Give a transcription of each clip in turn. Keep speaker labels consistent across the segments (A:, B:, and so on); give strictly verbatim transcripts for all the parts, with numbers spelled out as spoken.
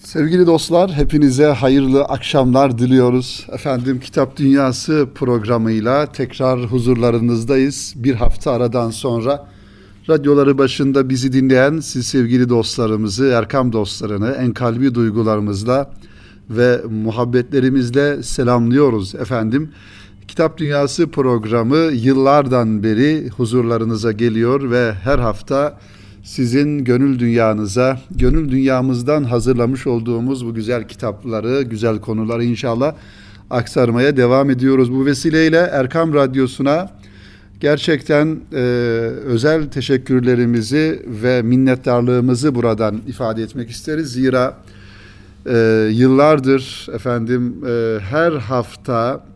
A: Sevgili dostlar, hepinize hayırlı akşamlar diliyoruz. Efendim, Kitap Dünyası programıyla tekrar huzurlarınızdayız. Bir hafta aradan sonra radyoları başında bizi dinleyen siz sevgili dostlarımızı, Erkam dostlarını en kalbi duygularımızla ve muhabbetlerimizle selamlıyoruz efendim. Kitap Dünyası programı yıllardan beri huzurlarınıza geliyor ve her hafta sizin gönül dünyanıza, gönül dünyamızdan hazırlamış olduğumuz bu güzel kitapları, güzel konuları inşallah aktarmaya devam ediyoruz. Bu vesileyle Erkam Radyosu'na gerçekten e, özel teşekkürlerimizi ve minnettarlığımızı buradan ifade etmek isteriz. Zira e, yıllardır efendim e, her hafta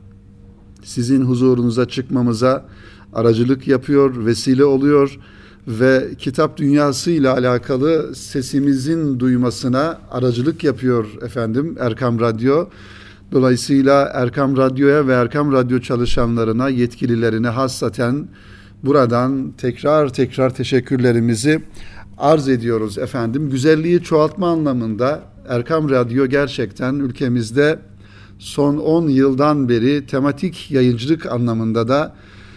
A: sizin huzurunuza çıkmamıza aracılık yapıyor, vesile oluyor ve kitap dünyası ile alakalı sesimizin duymasına aracılık yapıyor efendim Erkam Radyo. Dolayısıyla Erkam Radyo'ya ve Erkam Radyo çalışanlarına, yetkililerine hassaten buradan tekrar tekrar teşekkürlerimizi arz ediyoruz efendim. Güzelliği çoğaltma anlamında Erkam Radyo gerçekten ülkemizde son on yıldan beri tematik yayıncılık anlamında da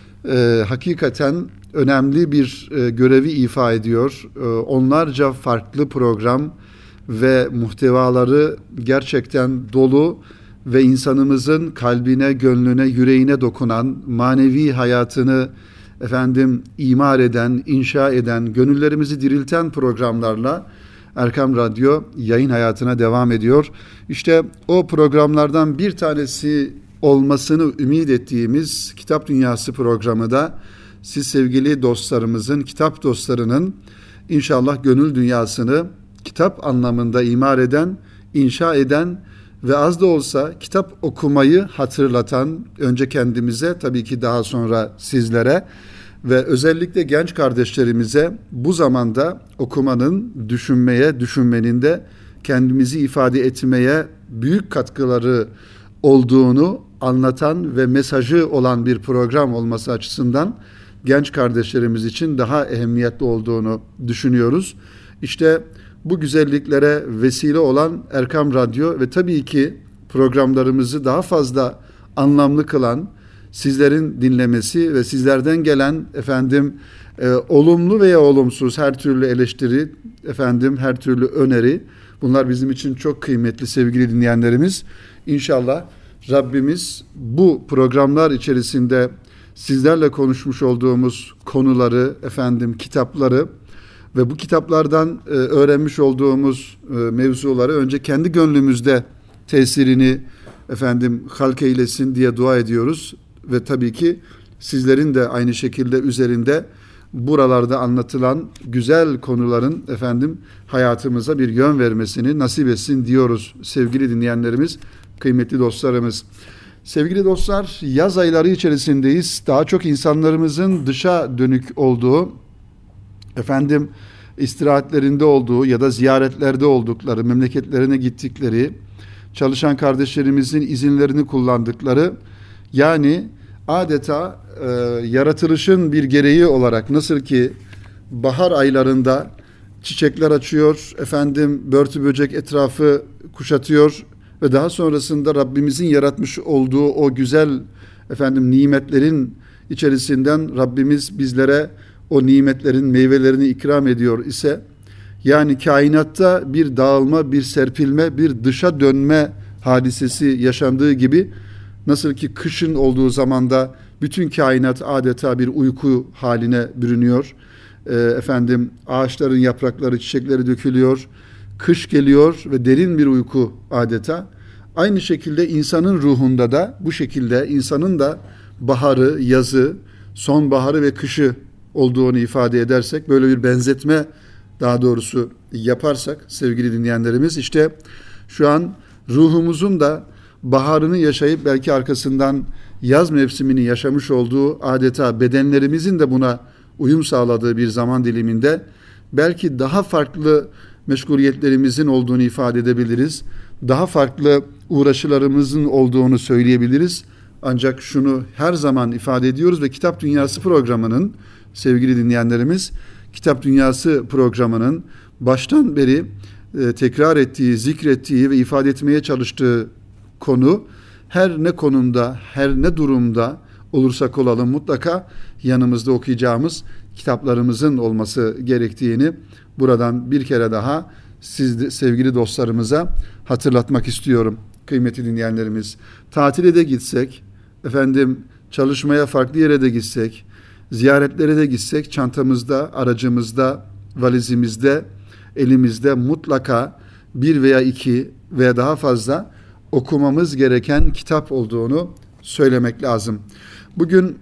A: e, hakikaten önemli bir e, görevi ifa ediyor. E, onlarca farklı program ve muhtevaları gerçekten dolu ve insanımızın kalbine, gönlüne, yüreğine dokunan, manevi hayatını efendim imar eden, inşa eden, gönüllerimizi dirilten programlarla Erkam Radyo yayın hayatına devam ediyor. İşte o programlardan bir tanesi olmasını ümit ettiğimiz Kitap Dünyası programı da siz sevgili dostlarımızın, kitap dostlarının inşallah gönül dünyasını kitap anlamında imar eden, inşa eden ve az da olsa kitap okumayı hatırlatan, önce kendimize, tabii ki daha sonra sizlere ve özellikle genç kardeşlerimize bu zamanda okumanın, düşünmeye, düşünmenin de kendimizi ifade etmeye büyük katkıları olduğunu anlatan ve mesajı olan bir program olması açısından genç kardeşlerimiz için daha ehemmiyetli olduğunu düşünüyoruz. İşte bu güzelliklere vesile olan Erkam Radyo ve tabii ki programlarımızı daha fazla anlamlı kılan sizlerin dinlemesi ve sizlerden gelen efendim e, olumlu veya olumsuz her türlü eleştiri, efendim her türlü öneri, bunlar bizim için çok kıymetli sevgili dinleyenlerimiz. İnşallah Rabbimiz bu programlar içerisinde sizlerle konuşmuş olduğumuz konuları, efendim kitapları ve bu kitaplardan e, öğrenmiş olduğumuz e, mevzuları önce kendi gönlümüzde tesirini efendim halk eylesin diye dua ediyoruz ve tabii ki sizlerin de aynı şekilde üzerinde buralarda anlatılan güzel konuların efendim hayatımıza bir yön vermesini nasip etsin diyoruz sevgili dinleyenlerimiz, kıymetli dostlarımız. Sevgili dostlar, yaz ayları içerisindeyiz. Daha çok insanlarımızın dışa dönük olduğu, efendim istirahatlerinde olduğu ya da ziyaretlerde oldukları, memleketlerine gittikleri, çalışan kardeşlerimizin izinlerini kullandıkları, yani adeta e, yaratılışın bir gereği olarak nasıl ki bahar aylarında çiçekler açıyor, efendim börtü böcek etrafı kuşatıyor ve daha sonrasında Rabbimizin yaratmış olduğu o güzel efendim nimetlerin içerisinden Rabbimiz bizlere o nimetlerin meyvelerini ikram ediyor ise, yani kainatta bir dağılma, bir serpilme, bir dışa dönme hadisesi yaşandığı gibi, nasıl ki kışın olduğu zamanda bütün kainat adeta bir uyku haline bürünüyor. E, efendim ağaçların yaprakları, çiçekleri dökülüyor. Kış geliyor ve derin bir uyku adeta. Aynı şekilde insanın ruhunda da bu şekilde insanın da baharı, yazı, sonbaharı ve kışı olduğunu ifade edersek, böyle bir benzetme daha doğrusu yaparsak sevgili dinleyenlerimiz, işte şu an ruhumuzun da baharını yaşayıp belki arkasından yaz mevsimini yaşamış olduğu, adeta bedenlerimizin de buna uyum sağladığı bir zaman diliminde belki daha farklı meşguliyetlerimizin olduğunu ifade edebiliriz. Daha farklı uğraşılarımızın olduğunu söyleyebiliriz. Ancak şunu her zaman ifade ediyoruz ve Kitap Dünyası programının, sevgili dinleyenlerimiz, Kitap Dünyası programının baştan beri e, tekrar ettiği, zikrettiği ve ifade etmeye çalıştığı konu, her ne konumda, her ne durumda olursak olalım mutlaka yanımızda okuyacağımız kitaplarımızın olması gerektiğini buradan bir kere daha siz de, sevgili dostlarımıza hatırlatmak istiyorum. Kıymetli dinleyenlerimiz, tatile de gitsek, efendim çalışmaya farklı yere de gitsek, ziyaretlere de gitsek, çantamızda, aracımızda, valizimizde, elimizde mutlaka bir veya iki veya daha fazla okumamız gereken kitap olduğunu söylemek lazım. Bugün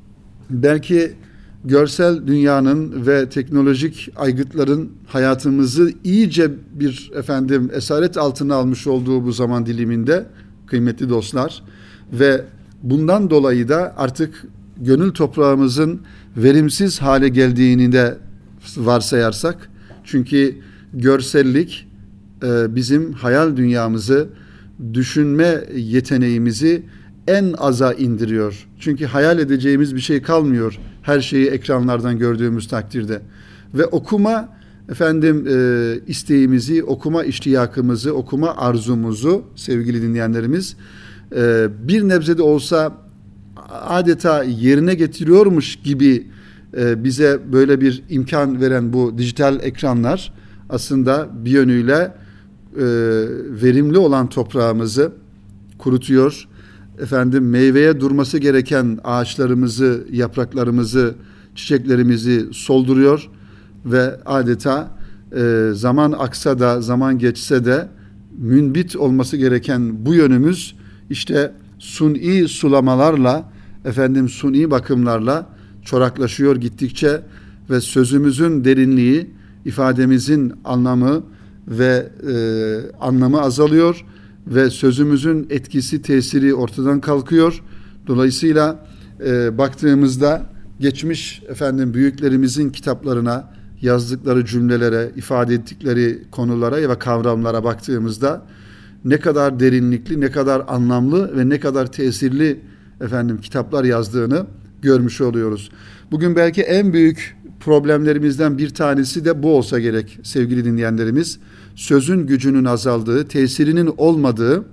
A: belki görsel dünyanın ve teknolojik aygıtların hayatımızı iyice bir efendim esaret altına almış olduğu bu zaman diliminde kıymetli dostlar ve bundan dolayı da artık gönül toprağımızın verimsiz hale geldiğini de varsayarsak, çünkü görsellik e, bizim hayal dünyamızı, düşünme yeteneğimizi en aza indiriyor. Çünkü hayal edeceğimiz bir şey kalmıyor her şeyi ekranlardan gördüğümüz takdirde. Ve okuma efendim e, isteğimizi, okuma iştiyakımızı, okuma arzumuzu sevgili dinleyenlerimiz e, bir nebze de olsa adeta yerine getiriyormuş gibi e, bize böyle bir imkan veren bu dijital ekranlar aslında bir yönüyle e, verimli olan toprağımızı kurutuyor. Efendim meyveye durması gereken ağaçlarımızı, yapraklarımızı, çiçeklerimizi solduruyor ve adeta e, zaman aksa da, zaman geçse de münbit olması gereken bu yönümüz işte suni sulamalarla, efendim suni bakımlarla çoraklaşıyor gittikçe ve sözümüzün derinliği, ifademizin anlamı ve e, anlamı azalıyor ve sözümüzün etkisi, tesiri ortadan kalkıyor. Dolayısıyla e, baktığımızda geçmiş efendim büyüklerimizin kitaplarına, yazdıkları cümlelere, ifade ettikleri konulara ve kavramlara baktığımızda ne kadar derinlikli, ne kadar anlamlı ve ne kadar tesirli efendim kitaplar yazdığını görmüş oluyoruz. Bugün belki en büyük problemlerimizden bir tanesi de bu olsa gerek sevgili dinleyenlerimiz. Sözün gücünün azaldığı, tesirinin olmadığı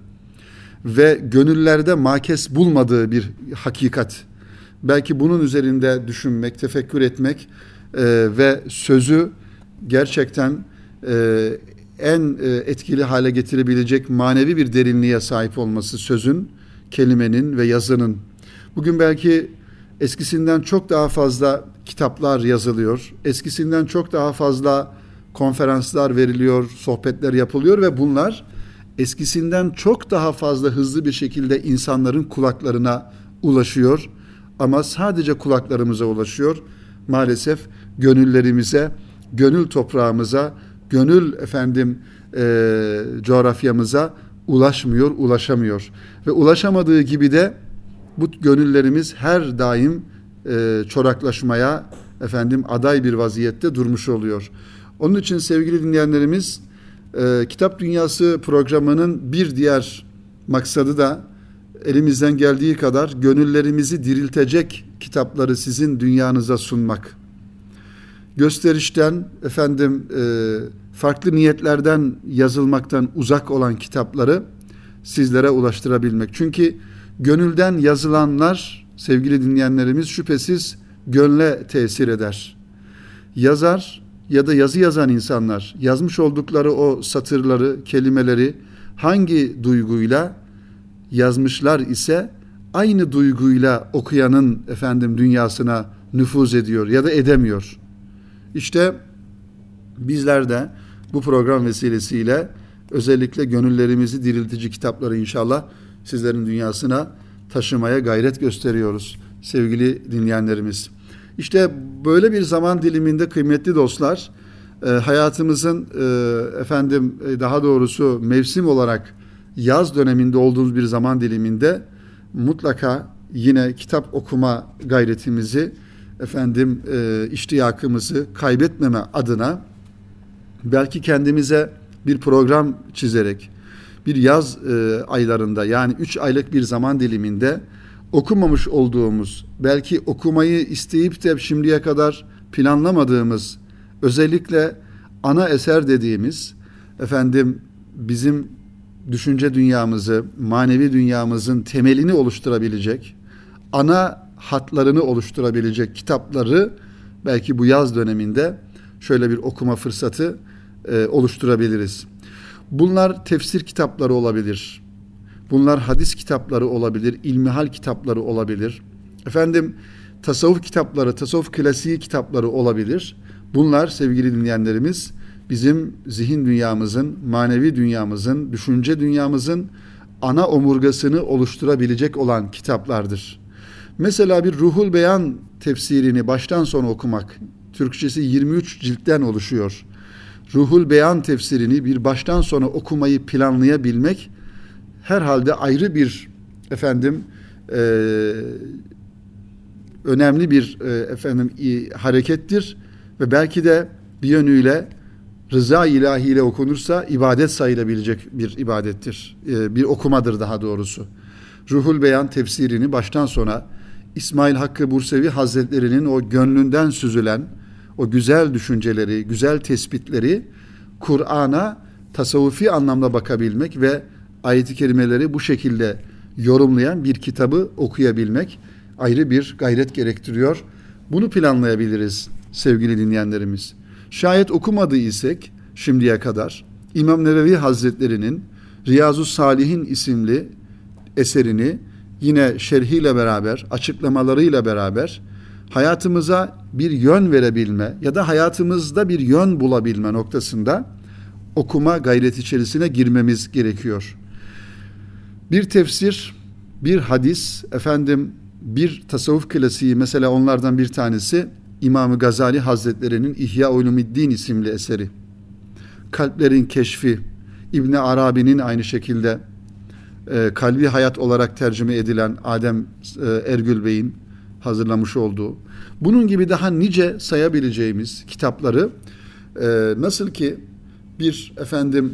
A: ve gönüllerde makes bulmadığı bir hakikat. Belki bunun üzerinde düşünmek, tefekkür etmek e, ve sözü gerçekten e, en e, etkili hale getirebilecek manevi bir derinliğe sahip olması sözün, kelimenin ve yazının. Bugün belki eskisinden çok daha fazla kitaplar yazılıyor, eskisinden çok daha fazla konferanslar veriliyor, sohbetler yapılıyor ve bunlar eskisinden çok daha fazla hızlı bir şekilde insanların kulaklarına ulaşıyor. Ama sadece kulaklarımıza ulaşıyor. Maalesef gönüllerimize, gönül toprağımıza, gönül efendim e, coğrafyamıza ulaşmıyor, ulaşamıyor. Ve ulaşamadığı gibi de bu gönüllerimiz her daim e, çoraklaşmaya efendim aday bir vaziyette durmuş oluyor. Onun için sevgili dinleyenlerimiz, e, Kitap Dünyası programının bir diğer maksadı da elimizden geldiği kadar gönüllerimizi diriltecek kitapları sizin dünyanıza sunmak. Gösterişten, efendim e, farklı niyetlerden yazılmaktan uzak olan kitapları sizlere ulaştırabilmek. Çünkü gönülden yazılanlar sevgili dinleyenlerimiz şüphesiz gönle tesir eder. Yazar ya da yazı yazan insanlar yazmış oldukları o satırları, kelimeleri hangi duyguyla yazmışlar ise aynı duyguyla okuyanın efendim dünyasına nüfuz ediyor ya da edemiyor. İşte bizler de bu program vesilesiyle özellikle gönüllerimizi diriltici kitapları inşallah sizlerin dünyasına taşımaya gayret gösteriyoruz sevgili dinleyenlerimiz. İşte böyle bir zaman diliminde kıymetli dostlar, e, hayatımızın e, efendim e, daha doğrusu mevsim olarak yaz döneminde olduğumuz bir zaman diliminde mutlaka yine kitap okuma gayretimizi efendim e, iştiyakımızı kaybetmeme adına belki kendimize bir program çizerek bir yaz e, aylarında yani üç aylık bir zaman diliminde okumamış olduğumuz, belki okumayı isteyip de şimdiye kadar planlamadığımız, özellikle ana eser dediğimiz efendim bizim düşünce dünyamızı, manevi dünyamızın temelini oluşturabilecek, ana hatlarını oluşturabilecek kitapları belki bu yaz döneminde şöyle bir okuma fırsatı e, oluşturabiliriz. Bunlar tefsir kitapları olabilir. Bunlar hadis kitapları olabilir, ilmihal kitapları olabilir. Efendim tasavvuf kitapları, tasavvuf klasiği kitapları olabilir. Bunlar sevgili dinleyenlerimiz bizim zihin dünyamızın, manevi dünyamızın, düşünce dünyamızın ana omurgasını oluşturabilecek olan kitaplardır. Mesela bir Ruhul Beyan tefsirini baştan sona okumak, Türkçesi yirmi üç ciltten oluşuyor. Ruhul Beyan tefsirini bir baştan sona okumayı planlayabilmek herhalde ayrı bir efendim e, önemli bir e, efendim e, harekettir ve belki de bir yönüyle rıza ilahiyle okunursa ibadet sayılabilecek bir ibadettir. E, bir okumadır daha doğrusu. Ruhul Beyan tefsirini baştan sona İsmail Hakkı Bursevi Hazretleri'nin o gönlünden süzülen o güzel düşünceleri, güzel tespitleri Kur'an'a tasavvufi anlamda bakabilmek ve ayet-i kerimeleri bu şekilde yorumlayan bir kitabı okuyabilmek ayrı bir gayret gerektiriyor. Bunu planlayabiliriz sevgili dinleyenlerimiz. Şayet okumadıysak şimdiye kadar İmam Nevevi Hazretleri'nin Riyazu Salihin isimli eserini yine şerhiyle beraber, açıklamalarıyla beraber hayatımıza bir yön verebilme ya da hayatımızda bir yön bulabilme noktasında okuma gayreti içerisine girmemiz gerekiyor. Bir tefsir, bir hadis, efendim bir tasavvuf klasiği, mesela onlardan bir tanesi İmam-ı Gazali Hazretleri'nin İhya Ulumuddin isimli eseri. Kalplerin Keşfi, İbn Arabi'nin aynı şekilde e, Kalbi Hayat olarak tercüme edilen Adem e, Ergül Bey'in hazırlamış olduğu. Bunun gibi daha nice sayabileceğimiz kitapları e, nasıl ki bir efendim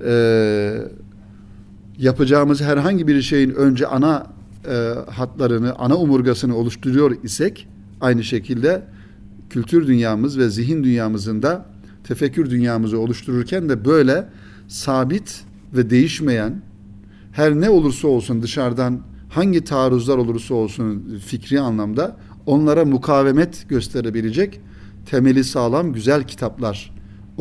A: e, yapacağımız herhangi bir şeyin önce ana e, hatlarını, ana omurgasını oluşturuyor isek, aynı şekilde kültür dünyamız ve zihin dünyamızın da tefekkür dünyamızı oluştururken de böyle sabit ve değişmeyen, her ne olursa olsun dışarıdan hangi taarruzlar olursa olsun fikri anlamda onlara mukavemet gösterebilecek temeli sağlam güzel kitaplar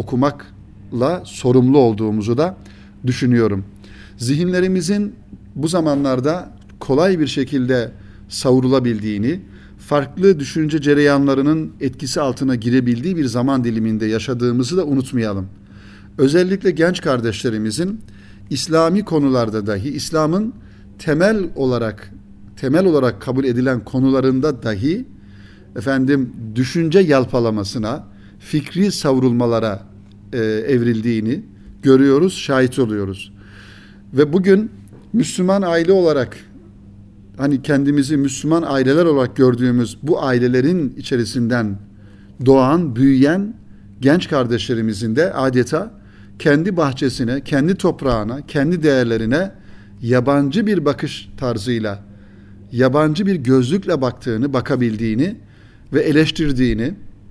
A: okumakla sorumlu olduğumuzu da düşünüyorum. Zihinlerimizin bu zamanlarda kolay bir şekilde savrulabildiğini, farklı düşünce cereyanlarının etkisi altına girebildiği bir zaman diliminde yaşadığımızı da unutmayalım. Özellikle genç kardeşlerimizin İslami konularda dahi, İslam'ın temel olarak temel olarak kabul edilen konularında dahi efendim düşünce yalpalamasına, fikri savrulmalara e, evrildiğini görüyoruz, şahit oluyoruz. Ve bugün Müslüman aile olarak, hani kendimizi Müslüman aileler olarak gördüğümüz bu ailelerin içerisinden doğan, büyüyen genç kardeşlerimizin de adeta kendi bahçesine, kendi toprağına, kendi değerlerine yabancı bir bakış tarzıyla, yabancı bir gözlükle baktığını, bakabildiğini ve eleştirdiğini,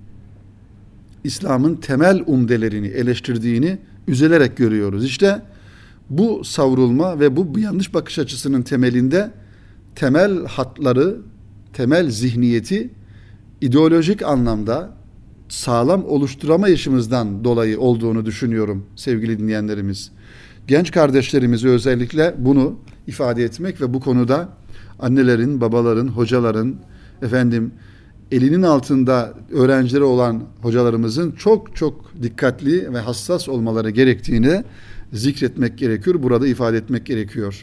A: İslam'ın temel umdelerini eleştirdiğini üzülerek görüyoruz. İşte bu savrulma ve bu, bu yanlış bakış açısının temelinde temel hatları, temel zihniyeti ideolojik anlamda sağlam oluşturamayışımızdan dolayı olduğunu düşünüyorum sevgili dinleyenlerimiz. Genç kardeşlerimize özellikle bunu ifade etmek ve bu konuda annelerin, babaların, hocaların, efendim elinin altında öğrencileri olan hocalarımızın çok çok dikkatli ve hassas olmaları gerektiğini zikretmek gerekiyor. Burada ifade etmek gerekiyor.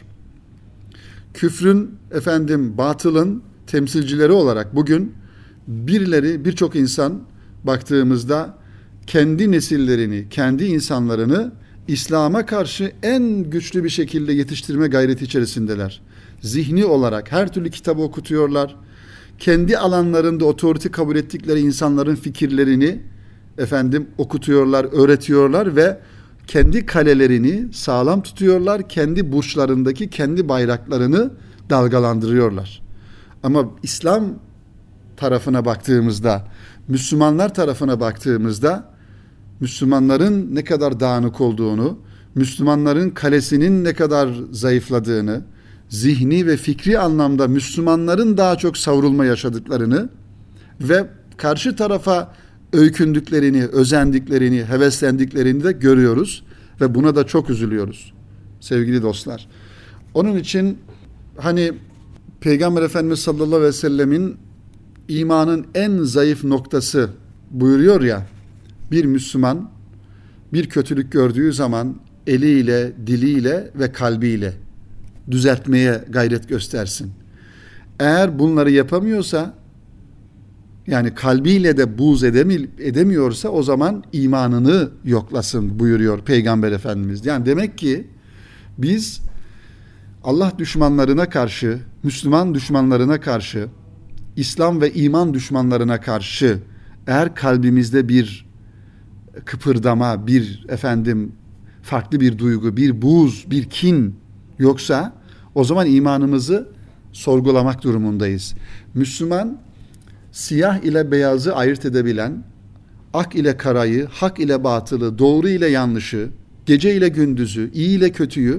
A: Küfrün, efendim batılın temsilcileri olarak bugün birileri, birçok insan baktığımızda kendi nesillerini, kendi insanlarını İslam'a karşı en güçlü bir şekilde yetiştirme gayreti içerisindeler. Zihni olarak her türlü kitabı okutuyorlar. Kendi alanlarında otorite kabul ettikleri insanların fikirlerini efendim okutuyorlar, öğretiyorlar ve kendi kalelerini sağlam tutuyorlar. Kendi burçlarındaki kendi bayraklarını dalgalandırıyorlar. Ama İslam tarafına baktığımızda, Müslümanlar tarafına baktığımızda Müslümanların ne kadar dağınık olduğunu, Müslümanların kalesinin ne kadar zayıfladığını, zihni ve fikri anlamda Müslümanların daha çok savrulma yaşadıklarını ve karşı tarafa öykündüklerini, özendiklerini, heveslendiklerini de görüyoruz ve buna da çok üzülüyoruz sevgili dostlar. Onun için hani Peygamber Efendimiz sallallahu aleyhi ve sellemin imanın en zayıf noktası buyuruyor ya, bir Müslüman bir kötülük gördüğü zaman eliyle, diliyle ve kalbiyle düzeltmeye gayret göstersin. Eğer bunları yapamıyorsa, yani kalbiyle de buğz edemi, edemiyorsa o zaman imanını yoklasın buyuruyor Peygamber Efendimiz. Yani demek ki biz Allah düşmanlarına karşı, Müslüman düşmanlarına karşı, İslam ve iman düşmanlarına karşı eğer kalbimizde bir kıpırdama, bir efendim farklı bir duygu, bir buğz, bir kin yoksa o zaman imanımızı sorgulamak durumundayız. Müslüman siyah ile beyazı ayırt edebilen, ak ile karayı, hak ile batılı, doğru ile yanlışı, gece ile gündüzü, iyi ile kötüyü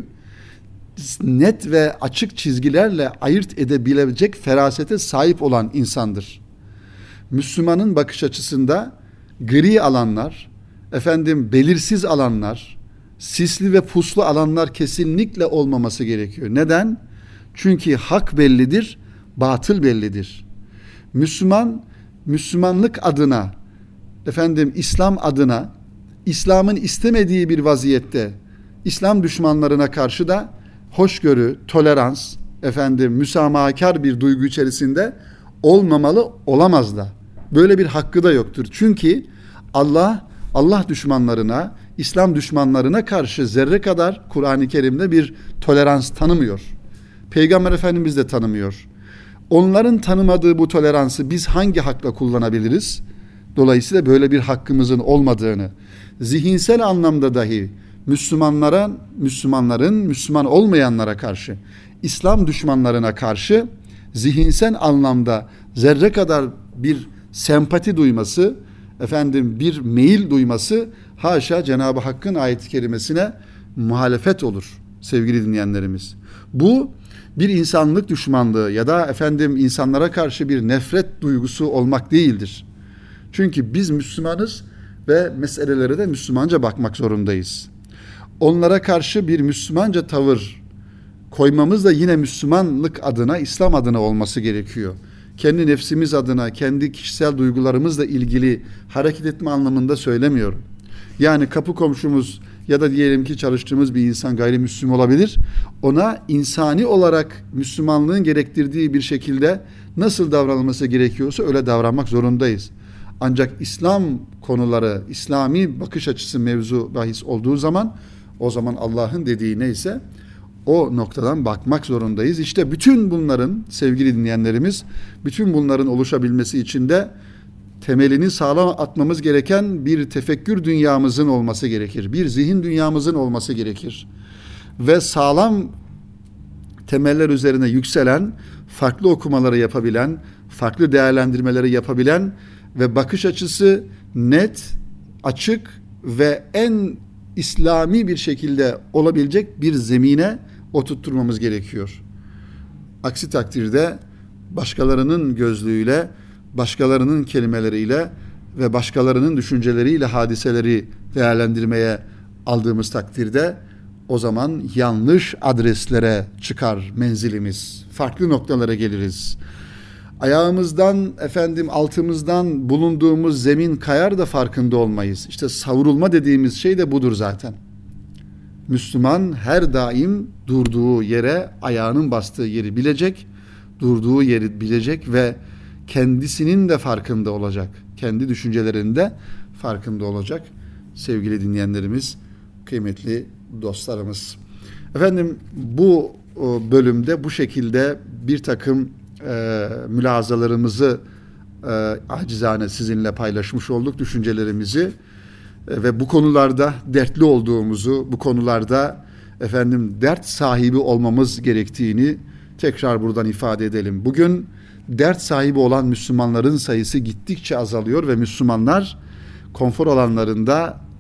A: net ve açık çizgilerle ayırt edebilecek ferasete sahip olan insandır. Müslümanın bakış açısında gri alanlar, efendim belirsiz alanlar, sisli ve puslu alanlar kesinlikle olmaması gerekiyor. Neden? Çünkü hak bellidir, batıl bellidir. Müslüman, Müslümanlık adına, efendim İslam adına, İslam'ın istemediği bir vaziyette İslam düşmanlarına karşı da hoşgörü, tolerans, efendim müsamahakar bir duygu içerisinde olmamalı, olamaz da. Böyle bir hakkı da yoktur. Çünkü Allah, Allah düşmanlarına, İslam düşmanlarına karşı zerre kadar Kur'an-ı Kerim'de bir tolerans tanımıyor. Peygamber Efendimiz de tanımıyor. Onların tanımadığı bu toleransı biz hangi hakla kullanabiliriz? Dolayısıyla böyle bir hakkımızın olmadığını, zihinsel anlamda dahi Müslümanlara, Müslümanların Müslüman olmayanlara karşı, İslam düşmanlarına karşı zihinsel anlamda zerre kadar bir sempati duyması, efendim bir meyil duyması haşa Cenab-ı Hakk'ın ayet-i kerimesine muhalefet olur sevgili dinleyenlerimiz. Bu bir insanlık düşmanlığı ya da efendim insanlara karşı bir nefret duygusu olmak değildir. Çünkü biz Müslümanız ve meselelere de Müslümanca bakmak zorundayız. Onlara karşı bir Müslümanca tavır koymamız da yine Müslümanlık adına, İslam adına olması gerekiyor. Kendi nefsimiz adına, kendi kişisel duygularımızla ilgili hareket etme anlamında söylemiyorum. Yani kapı komşumuz ya da diyelim ki çalıştığımız bir insan gayrimüslim olabilir. Ona insani olarak Müslümanlığın gerektirdiği bir şekilde nasıl davranılması gerekiyorsa öyle davranmak zorundayız. Ancak İslam konuları, İslami bakış açısı mevzu bahis olduğu zaman o zaman Allah'ın dediği neyse o noktadan bakmak zorundayız. İşte bütün bunların sevgili dinleyenlerimiz, bütün bunların oluşabilmesi için de temelini sağlam atmamız gereken bir tefekkür dünyamızın olması gerekir. Bir zihin dünyamızın olması gerekir. Ve sağlam temeller üzerine yükselen, farklı okumaları yapabilen, farklı değerlendirmeleri yapabilen ve bakış açısı net, açık ve en İslami bir şekilde olabilecek bir zemine oturtturmamız gerekiyor. Aksi takdirde başkalarının gözlüğüyle, başkalarının kelimeleriyle ve başkalarının düşünceleriyle hadiseleri değerlendirmeye aldığımız takdirde o zaman yanlış adreslere çıkar menzilimiz. Farklı noktalara geliriz. Ayağımızdan, efendim altımızdan bulunduğumuz zemin kayar da farkında olmayız. İşte savrulma dediğimiz şey de budur zaten. Müslüman her daim durduğu yere, ayağının bastığı yeri bilecek, durduğu yeri bilecek ve kendisinin de farkında olacak. Kendi düşüncelerinde farkında olacak. Sevgili dinleyenlerimiz, kıymetli dostlarımız. Efendim bu bölümde bu şekilde bir takım e, mülahazalarımızı e, acizane sizinle paylaşmış olduk, düşüncelerimizi e, ve bu konularda dertli olduğumuzu, bu konularda efendim dert sahibi olmamız gerektiğini tekrar buradan ifade edelim. Bugün dert sahibi olan Müslümanların sayısı gittikçe azalıyor ve Müslümanlar konfor alanlarında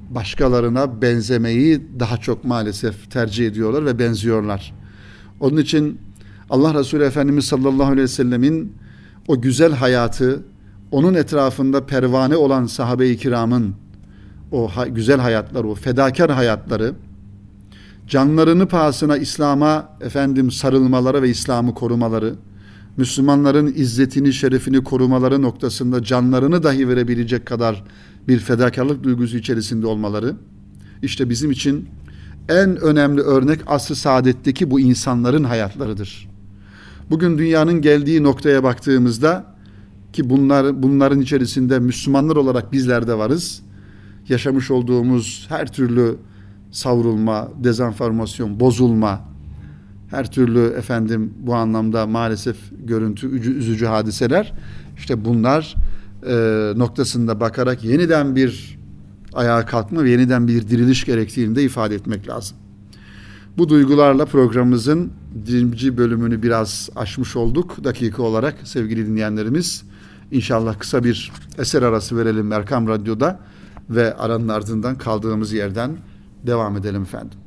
A: başkalarına benzemeyi daha çok maalesef tercih ediyorlar ve benziyorlar. Onun için Allah Resulü Efendimiz sallallahu aleyhi ve sellemin o güzel hayatı, onun etrafında pervane olan sahabe-i kiramın o ha- güzel hayatları, o fedakar hayatları, canlarını pahasına İslam'a efendim sarılmaları ve İslam'ı korumaları, Müslümanların izzetini, şerefini korumaları noktasında canlarını dahi verebilecek kadar bir fedakarlık duygusu içerisinde olmaları, işte bizim için en önemli örnek asr-ı saadetteki bu insanların hayatlarıdır. Bugün dünyanın geldiği noktaya baktığımızda ki bunlar bunların içerisinde Müslümanlar olarak bizler de varız. Yaşamış olduğumuz her türlü savrulma, dezenformasyon, bozulma, her türlü efendim bu anlamda maalesef görüntü üzücü hadiseler, işte bunlar e, noktasında bakarak yeniden bir ayağa kalkma ve yeniden bir diriliş gerektiğini de ifade etmek lazım. Bu duygularla programımızın birinci bölümünü biraz aşmış olduk dakika olarak sevgili dinleyenlerimiz. İnşallah kısa bir eser arası verelim Erkam Radyo'da ve aranın ardından kaldığımız yerden devam edelim efendim.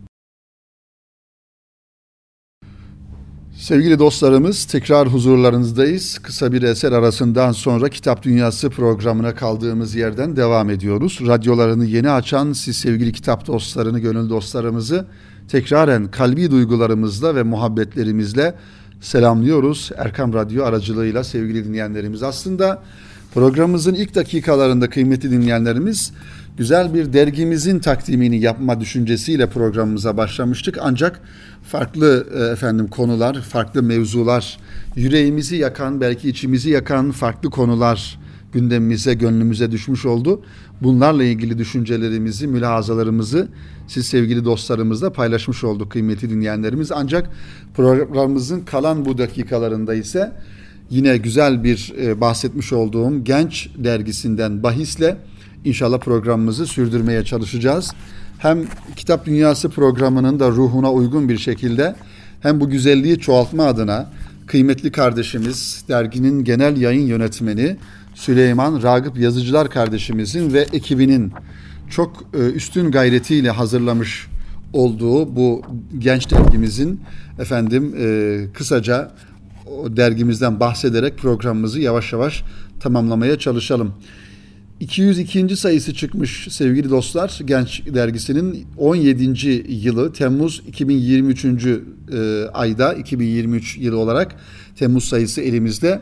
A: Sevgili dostlarımız, tekrar huzurlarınızdayız. Kısa bir eser arasından sonra Kitap Dünyası programına kaldığımız yerden devam ediyoruz. Radyolarını yeni açan siz sevgili kitap dostlarını, gönül dostlarımızı tekraren kalbi duygularımızla ve muhabbetlerimizle selamlıyoruz. Erkam Radyo aracılığıyla sevgili dinleyenlerimiz. Aslında programımızın ilk dakikalarında kıymetli dinleyenlerimiz güzel bir dergimizin takdimini yapma düşüncesiyle programımıza başlamıştık. Ancak farklı efendim konular, farklı mevzular, yüreğimizi yakan, belki içimizi yakan farklı konular gündemimize, gönlümüze düşmüş oldu. Bunlarla ilgili düşüncelerimizi, mülahazalarımızı siz sevgili dostlarımızla paylaşmış olduk kıymetli dinleyenlerimiz. Ancak programımızın kalan bu dakikalarında ise yine güzel bir e, bahsetmiş olduğum Genç dergisinden bahisle İnşallah programımızı sürdürmeye çalışacağız. Hem Kitap Dünyası programının da ruhuna uygun bir şekilde hem bu güzelliği çoğaltma adına kıymetli kardeşimiz, derginin genel yayın yönetmeni Süleyman Ragıp Yazıcılar kardeşimizin ve ekibinin çok üstün gayretiyle hazırlamış olduğu bu genç dergimizin efendim kısaca o dergimizden bahsederek programımızı yavaş yavaş tamamlamaya çalışalım. iki yüz ikinci sayısı çıkmış sevgili dostlar. Genç dergisinin on yedinci yılı Temmuz iki bin yirmi üçüncü E, ayda iki bin yirmi üç yılı olarak Temmuz sayısı elimizde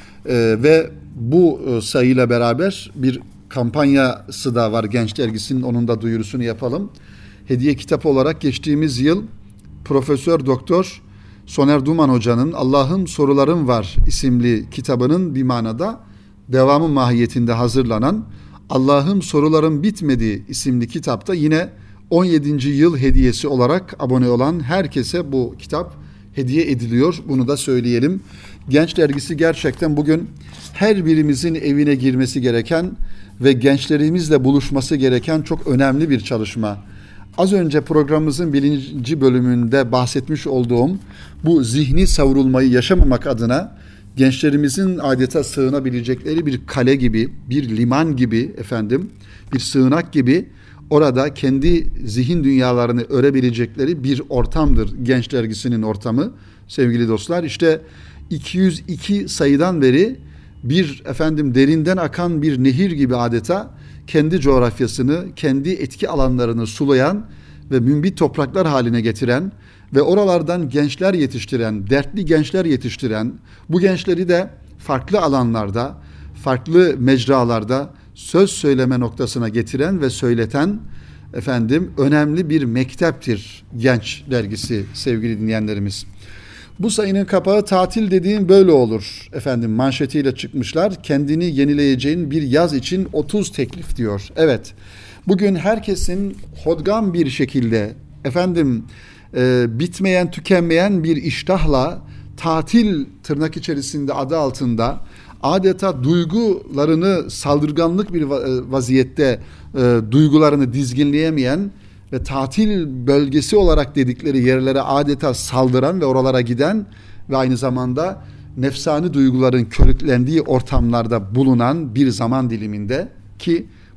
A: e, ve bu e, sayıyla beraber bir kampanyası da var Genç dergisinin, onun da duyurusunu yapalım. Hediye kitabı olarak geçtiğimiz yıl Profesör Doktor Soner Duman Hoca'nın Allah'ım Sorularım Var isimli kitabının bir manada devamı mahiyetinde hazırlanan Allah'ım Sorularım Bitmedi isimli kitapta yine on yedinci yıl hediyesi olarak abone olan herkese bu kitap hediye ediliyor. Bunu da söyleyelim. Genç dergisi gerçekten bugün her birimizin evine girmesi gereken ve gençlerimizle buluşması gereken çok önemli bir çalışma. Az önce programımızın birinci bölümünde bahsetmiş olduğum bu zihni savrulmayı yaşamamak adına gençlerimizin adeta sığınabilecekleri bir kale gibi, bir liman gibi efendim, bir sığınak gibi orada kendi zihin dünyalarını örebilecekleri bir ortamdır Genç dergisinin ortamı sevgili dostlar. İşte iki yüz iki sayıdan beri bir efendim derinden akan bir nehir gibi adeta kendi coğrafyasını, kendi etki alanlarını sulayan ve mümbit topraklar haline getiren ve oralardan gençler yetiştiren, dertli gençler yetiştiren, bu gençleri de farklı alanlarda, farklı mecralarda söz söyleme noktasına getiren ve söyleten efendim önemli bir mekteptir Genç dergisi sevgili dinleyenlerimiz. Bu sayının kapağı tatil dediğin böyle olur efendim manşetiyle çıkmışlar. Kendini yenileyeceğin bir yaz için otuz teklif diyor. Evet, bugün herkesin hodgam bir şekilde efendim e, bitmeyen tükenmeyen bir iştahla tatil tırnak içerisinde adı altında adeta duygularını saldırganlık bir vaziyette e, duygularını dizginleyemeyen ve tatil bölgesi olarak dedikleri yerlere adeta saldıran ve oralara giden ve aynı zamanda nefsani duyguların körüklendiği ortamlarda bulunan bir zaman diliminde ki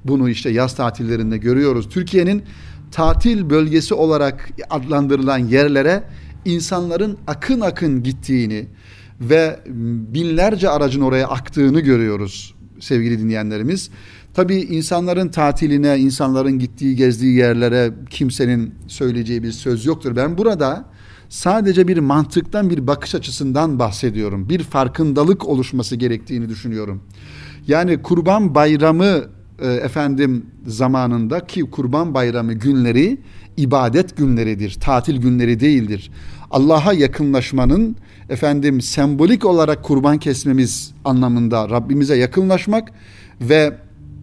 A: bunu işte yaz tatillerinde görüyoruz. Türkiye'nin tatil bölgesi olarak adlandırılan yerlere insanların akın akın gittiğini ve binlerce aracın oraya aktığını görüyoruz sevgili dinleyenlerimiz. Tabii insanların tatiline, insanların gittiği, gezdiği yerlere kimsenin söyleyeceği bir söz yoktur. Ben burada sadece bir mantıktan, bir bakış açısından bahsediyorum. Bir farkındalık oluşması gerektiğini düşünüyorum. Yani Kurban Bayramı e, efendim zamanında, ki Kurban Bayramı günleri ibadet günleridir, tatil günleri değildir. Allah'a yakınlaşmanın efendim sembolik olarak kurban kesmemiz anlamında Rabbimize yakınlaşmak ve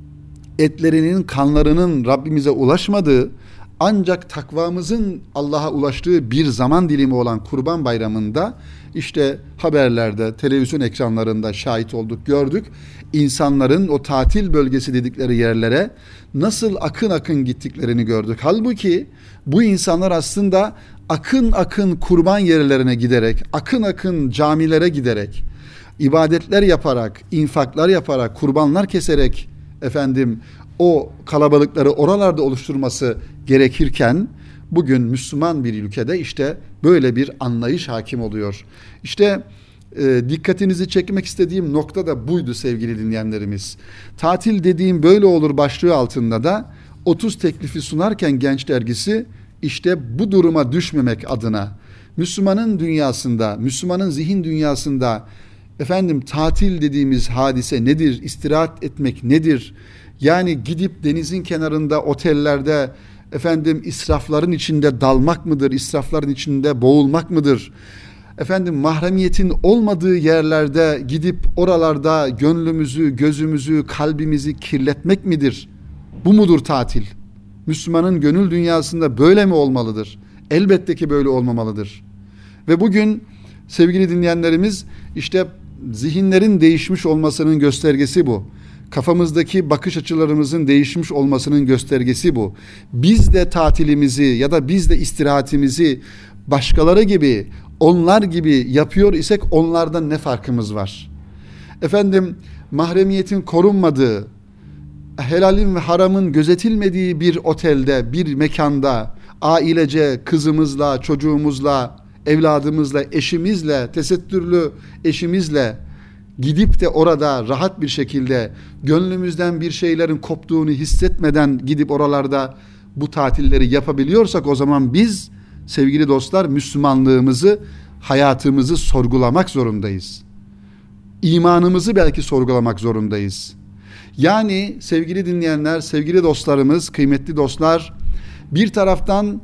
A: etlerinin, kanlarının Rabbimize ulaşmadığı, ancak takvamızın Allah'a ulaştığı bir zaman dilimi olan Kurban Bayramı'nda işte haberlerde, televizyon ekranlarında şahit olduk, gördük. İnsanların o tatil bölgesi dedikleri yerlere nasıl akın akın gittiklerini gördük. Halbuki bu insanlar aslında akın akın kurban yerlerine giderek, akın akın camilere giderek, ibadetler yaparak, infaklar yaparak, kurbanlar keserek efendim o kalabalıkları oralarda oluşturması gerekirken bugün Müslüman bir ülkede işte böyle bir anlayış hakim oluyor. İşte e, dikkatinizi çekmek istediğim nokta da buydu sevgili dinleyenlerimiz. Tatil dediğim böyle olur başlığı altında da otuz teklifi sunarken Genç Dergisi işte bu duruma düşmemek adına Müslümanın dünyasında, Müslümanın zihin dünyasında efendim tatil dediğimiz hadise nedir? İstirahat etmek nedir? Yani gidip denizin kenarında, otellerde efendim israfların içinde dalmak mıdır? İsrafların içinde boğulmak mıdır? Efendim mahremiyetin olmadığı yerlerde gidip oralarda gönlümüzü, gözümüzü, kalbimizi kirletmek midir? Bu mudur tatil? Müslümanın gönül dünyasında böyle mi olmalıdır? Elbette ki böyle olmamalıdır. Ve bugün sevgili dinleyenlerimiz işte zihinlerin değişmiş olmasının göstergesi bu. Kafamızdaki bakış açılarımızın değişmiş olmasının göstergesi bu. Biz de tatilimizi ya da biz de istirahatimizi başkaları gibi, onlar gibi yapıyor isek onlardan ne farkımız var? Efendim mahremiyetin korunmadığı, helalin ve haramın gözetilmediği bir otelde, bir mekanda ailece kızımızla, çocuğumuzla, evladımızla, eşimizle, tesettürlü eşimizle gidip de orada rahat bir şekilde gönlümüzden bir şeylerin koptuğunu hissetmeden gidip oralarda bu tatilleri yapabiliyorsak o zaman biz sevgili dostlar Müslümanlığımızı, hayatımızı sorgulamak zorundayız. İmanımızı belki sorgulamak zorundayız. Yani sevgili dinleyenler, sevgili dostlarımız, kıymetli dostlar, bir taraftan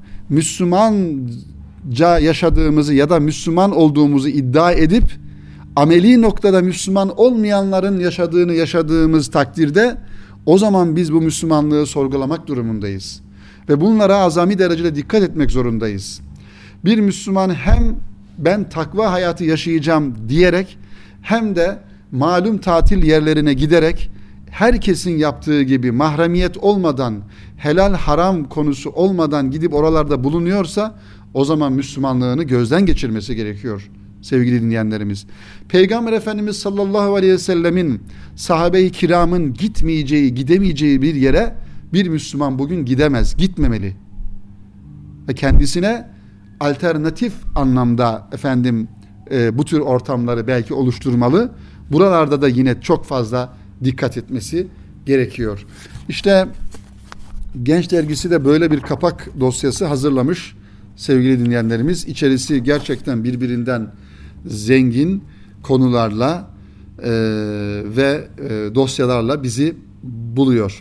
A: Müslümanca yaşadığımızı ya da Müslüman olduğumuzu iddia edip ameli noktada Müslüman olmayanların yaşadığını yaşadığımız takdirde o zaman biz bu Müslümanlığı sorgulamak durumundayız. Ve bunlara azami derecede dikkat etmek zorundayız. Bir Müslüman hem ben takva hayatı yaşayacağım diyerek hem de malum tatil yerlerine giderek herkesin yaptığı gibi mahremiyet olmadan, helal haram konusu olmadan gidip oralarda bulunuyorsa o zaman Müslümanlığını gözden geçirmesi gerekiyor sevgili dinleyenlerimiz. Peygamber Efendimiz sallallahu aleyhi ve sellemin, sahabe-i kiramın gitmeyeceği, gidemeyeceği bir yere bir Müslüman bugün gidemez, gitmemeli. Ve kendisine alternatif anlamda efendim e, bu tür ortamları belki oluşturmalı. Buralarda da yine çok fazla dikkat etmesi gerekiyor. İşte Genç Dergisi de böyle bir kapak dosyası hazırlamış sevgili dinleyenlerimiz. İçerisi gerçekten birbirinden zengin konularla e, ve e, dosyalarla bizi buluyor.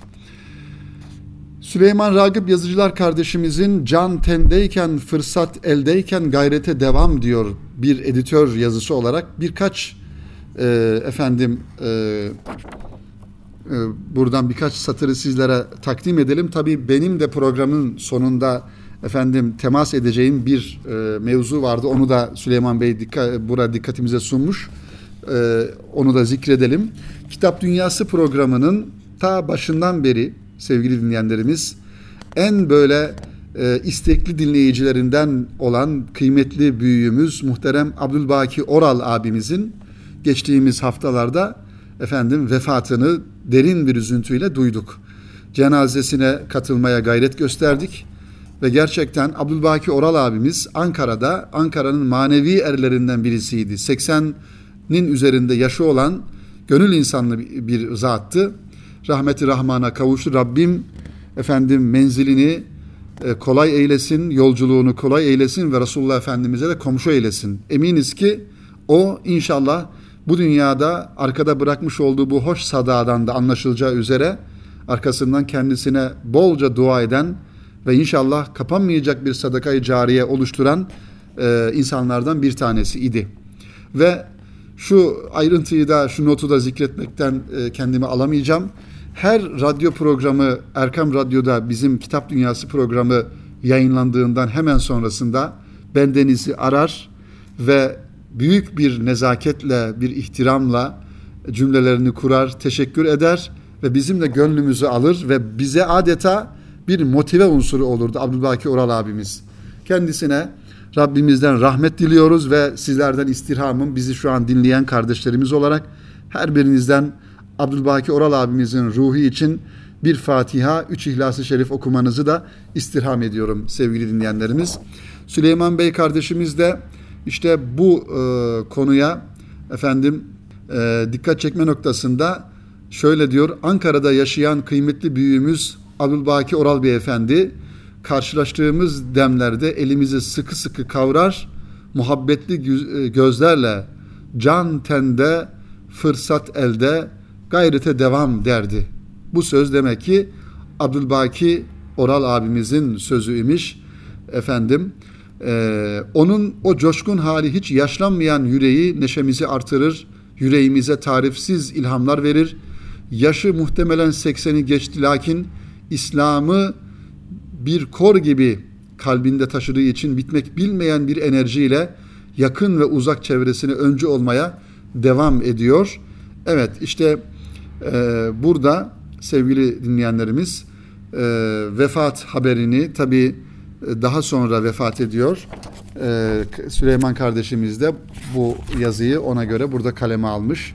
A: Süleyman Ragıp Yazıcılar kardeşimizin can tendeyken, fırsat eldeyken gayrete devam diyor bir editör yazısı olarak birkaç e, efendim e, e, buradan birkaç satırı sizlere takdim edelim. Tabii benim de programın sonunda efendim temas edeceğim bir e, mevzu vardı. Onu da Süleyman Bey dikkat, burada dikkatimize sunmuş. E, onu da zikredelim. Kitap Dünyası programının ta başından beri sevgili dinleyenlerimiz en böyle e, istekli dinleyicilerinden olan kıymetli büyüğümüz muhterem Abdülbaki Oral abimizin geçtiğimiz haftalarda efendim vefatını derin bir üzüntüyle duyduk. cenazesine katılmaya gayret gösterdik. Ve gerçekten Abdülbaki Oral abimiz Ankara'da, Ankara'nın manevi erlerinden birisiydi. seksenin üzerinde yaşı olan gönül insanlı bir zattı. Rahmeti Rahman'a kavuştu. Rabbim efendim menzilini kolay eylesin, yolculuğunu kolay eylesin ve Resulullah Efendimiz'e de komşu eylesin. Eminiz ki o inşallah bu dünyada arkada bırakmış olduğu bu hoş sadadan da anlaşılacağı üzere arkasından kendisine bolca dua eden ve inşallah kapanmayacak bir sadaka-i cariye oluşturan e, insanlardan bir tanesi idi. Ve şu ayrıntıyı da, şu notu da zikretmekten e, kendimi alamayacağım. Her radyo programı, Erkam Radyo'da bizim Kitap Dünyası programı yayınlandığından hemen sonrasında bendenizi arar ve büyük bir nezaketle, bir ihtiramla cümlelerini kurar, teşekkür eder ve bizim de gönlümüzü alır ve bize adeta bir motive unsuru olurdu Abdülbaki Oral abimiz. Kendisine Rabbimizden rahmet diliyoruz ve sizlerden istirhamım, bizi şu an dinleyen kardeşlerimiz olarak her birinizden Abdülbaki Oral abimizin ruhu için bir Fatiha, üç İhlas-ı Şerif okumanızı da istirham ediyorum sevgili dinleyenlerimiz. Süleyman Bey kardeşimiz de işte bu e, konuya efendim e, dikkat çekme noktasında şöyle diyor: Ankara'da yaşayan kıymetli büyüğümüz Abdülbaki Oral Beyefendi karşılaştığımız demlerde elimizi sıkı sıkı kavrar, muhabbetli gözlerle can tende, fırsat elde, gayrete devam derdi. Bu söz demek ki Abdülbaki Oral abimizin sözü imiş. Efendim, e, onun o coşkun hali hiç yaşlanmayan yüreği neşemizi artırır, yüreğimize tarifsiz ilhamlar verir. Yaşı muhtemelen sekseni geçti lakin İslam'ı bir kor gibi kalbinde taşıdığı için bitmek bilmeyen bir enerjiyle yakın ve uzak çevresine öncü olmaya devam ediyor. Evet, işte e, burada sevgili dinleyenlerimiz e, vefat haberini tabii daha sonra vefat ediyor. E, Süleyman kardeşimiz de bu yazıyı ona göre burada kaleme almış.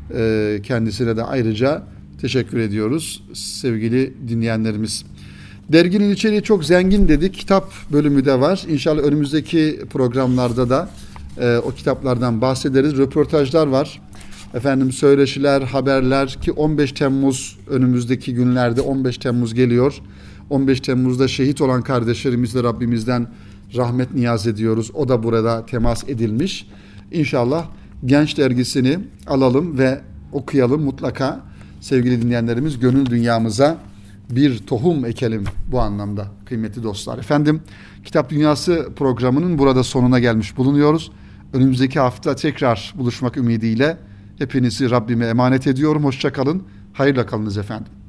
A: E, kendisine de ayrıca teşekkür ediyoruz sevgili dinleyenlerimiz. Derginin içeriği çok zengin dedik. Kitap bölümü de var. İnşallah önümüzdeki programlarda da e, o kitaplardan bahsederiz. Röportajlar var. Efendim söyleşiler, haberler ki on beş Temmuz önümüzdeki günlerde on beş Temmuz geliyor. on beş Temmuz'da şehit olan kardeşlerimizle Rabbimizden rahmet niyaz ediyoruz. O da burada temas edilmiş. İnşallah Genç dergisini alalım ve okuyalım mutlaka sevgili dinleyenlerimiz. Gönül dünyamıza bir tohum ekelim bu anlamda kıymetli dostlar. Efendim, Kitap Dünyası programının burada sonuna gelmiş bulunuyoruz. Önümüzdeki hafta tekrar buluşmak ümidiyle hepinizi Rabbime emanet ediyorum. Hoşça kalın, hayırla kalınız efendim.